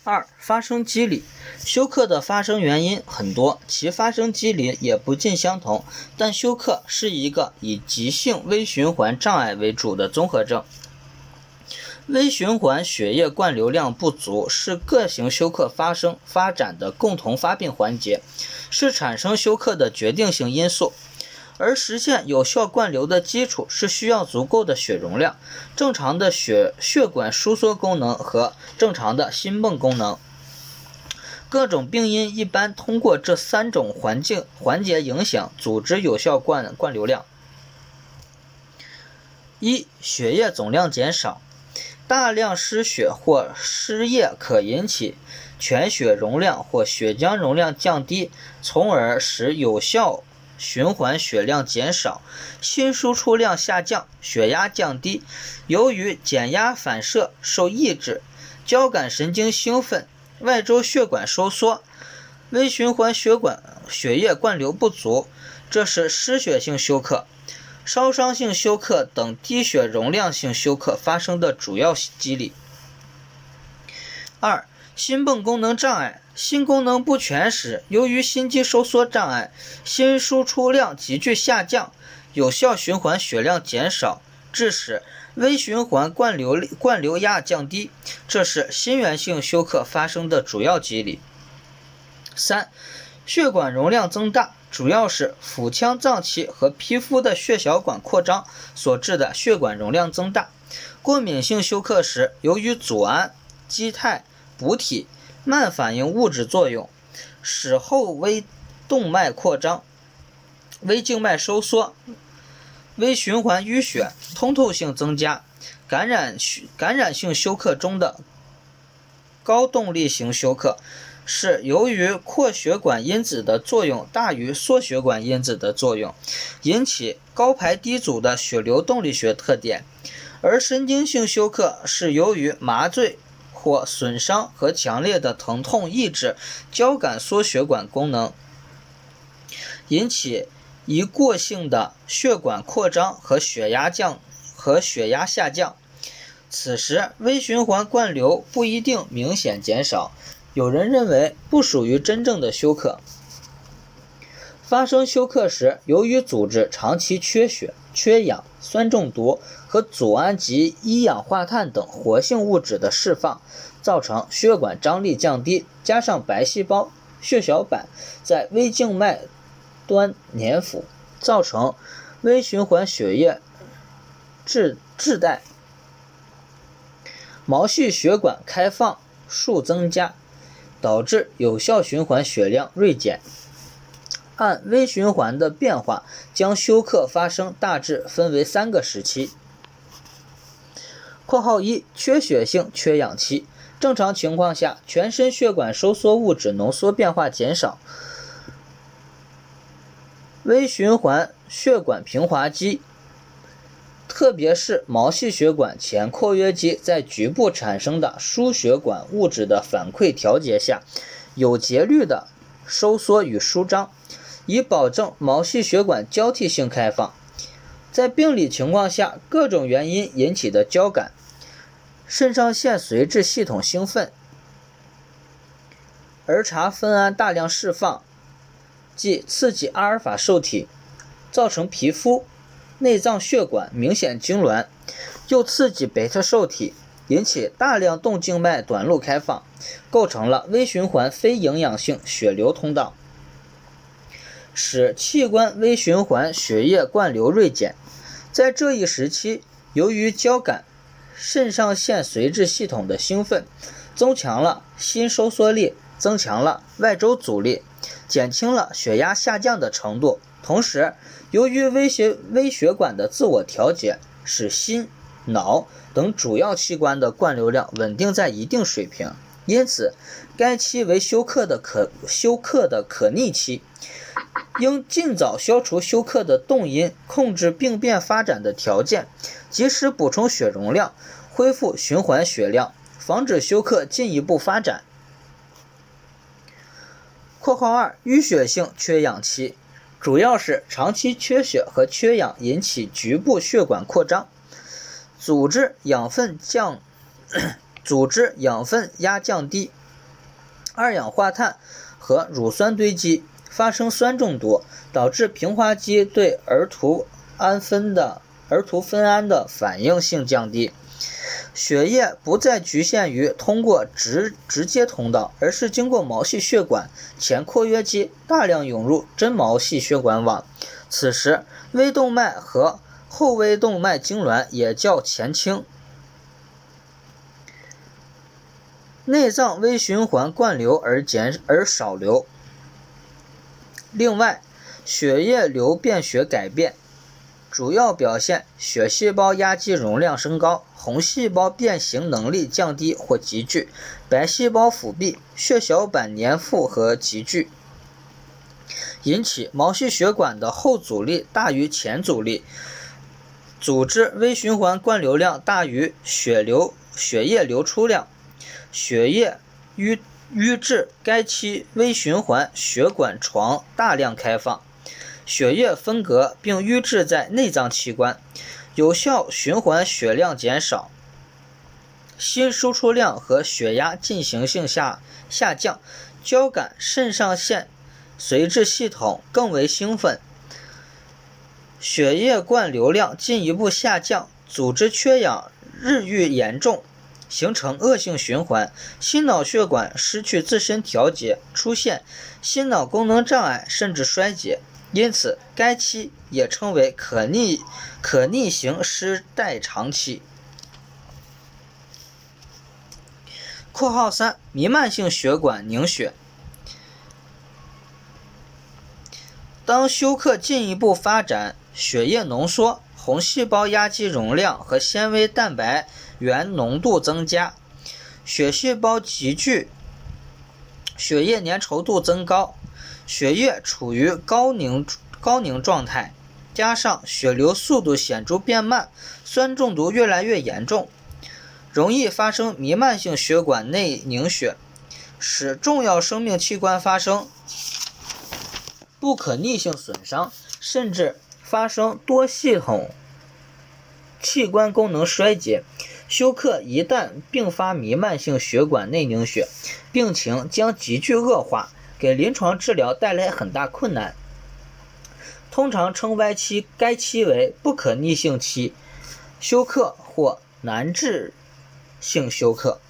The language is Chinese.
二、发生机理。休克的发生原因很多，其发生机理也不尽相同，但休克是一个以急性微循环障碍为主的综合症。微循环血液灌流量不足是各型休克发展的共同发病环节，是产生休克的决定性因素。而实现有效灌流的基础是需要足够的血容量、正常的血管收缩功能和正常的心泵功能。各种病因一般通过这三种环节影响组织有效灌流量。一、血液总量减少。大量失血或失液可引起全血容量或血浆容量降低，从而使有效循环血量减少，心输出量下降，血压降低。由于减压反射受抑制，交感神经兴奋，外周血管收缩，微循环血液灌流不足，这是失血性休克、烧伤性休克等低血容量性休克发生的主要机理。二、心泵功能障碍。心功能不全时，由于心肌收缩障碍，心输出量急剧下降，有效循环血量减少，致使微循环灌流压降低，这是心源性休克发生的主要机理。三、血管容量增大，主要是腹腔脏器和皮肤的血小管扩张所致的血管容量增大。过敏性休克时，由于组胺、基肽、补体、慢反应物质作用，使后微动脉扩张、微静脉收缩、微循环淤血、通透性增加。感染性休克中的高动力型休克是由于扩血管因子的作用大于缩血管因子的作用，引起高排低阻的血流动力学特点。而神经性休克是由于麻醉或损伤和强烈的疼痛抑制交感缩血管功能，引起一过性的血管扩张和血压下降。此时微循环灌流不一定明显减少，有人认为不属于真正的休克。发生休克时，由于组织长期缺血、缺氧、酸中毒和组胺及一氧化碳等活性物质的释放，造成血管张力降低，加上白细胞、血小板在微静脉端粘附，造成微循环血液滞带，毛细血管开放数增加，导致有效循环血量锐减。按微循环的变化，将休克发生大致分为3个时期。括号1、缺血性缺氧期。正常情况下，全身血管收缩物质浓缩变化减少，微循环血管平滑肌，特别是毛细血管前括约肌在局部产生的输血管物质的反馈调节下，有节律的收缩与舒张，以保证毛细血管交替性开放。在病理情况下，各种原因引起的交感、肾上腺髓质系统兴奋，儿茶酚胺大量释放，即刺激阿尔法受体，造成皮肤、内脏血管明显痉挛，又刺激贝塔受体，引起大量动静脉短路开放，构成了微循环非营养性血流通道，使器官微循环血液灌流锐减。在这一时期，由于交感、肾上腺髓质系统的兴奋，增强了心收缩力，增强了外周阻力，减轻了血压下降的程度。同时，由于微血管的自我调节，使心、脑等主要器官的灌流量稳定在一定水平，因此该期为休克的可逆期。应尽早消除休克的动因，控制病变发展的条件，及时补充血容量，恢复循环血量，防止休克进一步发展。括号2、淤血性缺氧期，主要是长期缺血和缺氧引起局部血管扩张，组织养分压降低， 二氧化碳和乳酸堆积，发生酸中毒，导致平滑肌对儿涂酚胺的反应性降低。血液不再局限于通过直接通道，而是经过毛细血管前括约肌大量涌入真毛细血管网。此时微动脉和后微动脉痉挛也较前倾，内脏微循环灌流而少流。另外，血液流便血改变主要表现血细胞压积容量升高，红细胞变形能力降低或急剧，白细胞腐壁，血小板粘附和急剧，引起毛细血管的后阻力大于前阻力，组织微循环灌流量大于血液流出量，血液瘀滞，该期微循环血管床大量开放，血液分隔并瘀滞在内脏器官，有效循环血量减少，心输出量和血压进行性下降，交感肾上腺髓质系统更为兴奋，血液灌流量进一步下降，组织缺氧日益严重，形成恶性循环，心脑血管失去自身调节，出现心脑功能障碍甚至衰竭。因此该期也称为可逆型失代偿期。括号3弥漫性血管凝血。当休克进一步发展，血液浓缩，红细胞压积容量和纤维蛋白原浓度增加，血细胞集聚，血液粘稠度增高，血液处于高凝状态，加上血流速度显著变慢，酸中毒越来越严重，容易发生弥漫性血管内凝血，使重要生命器官发生不可逆性损伤，甚至发生多系统器官功能衰竭。休克一旦并发弥漫性血管内凝血，病情将急剧恶化，给临床治疗带来很大困难。通常称该期为不可逆性期休克或难治性休克。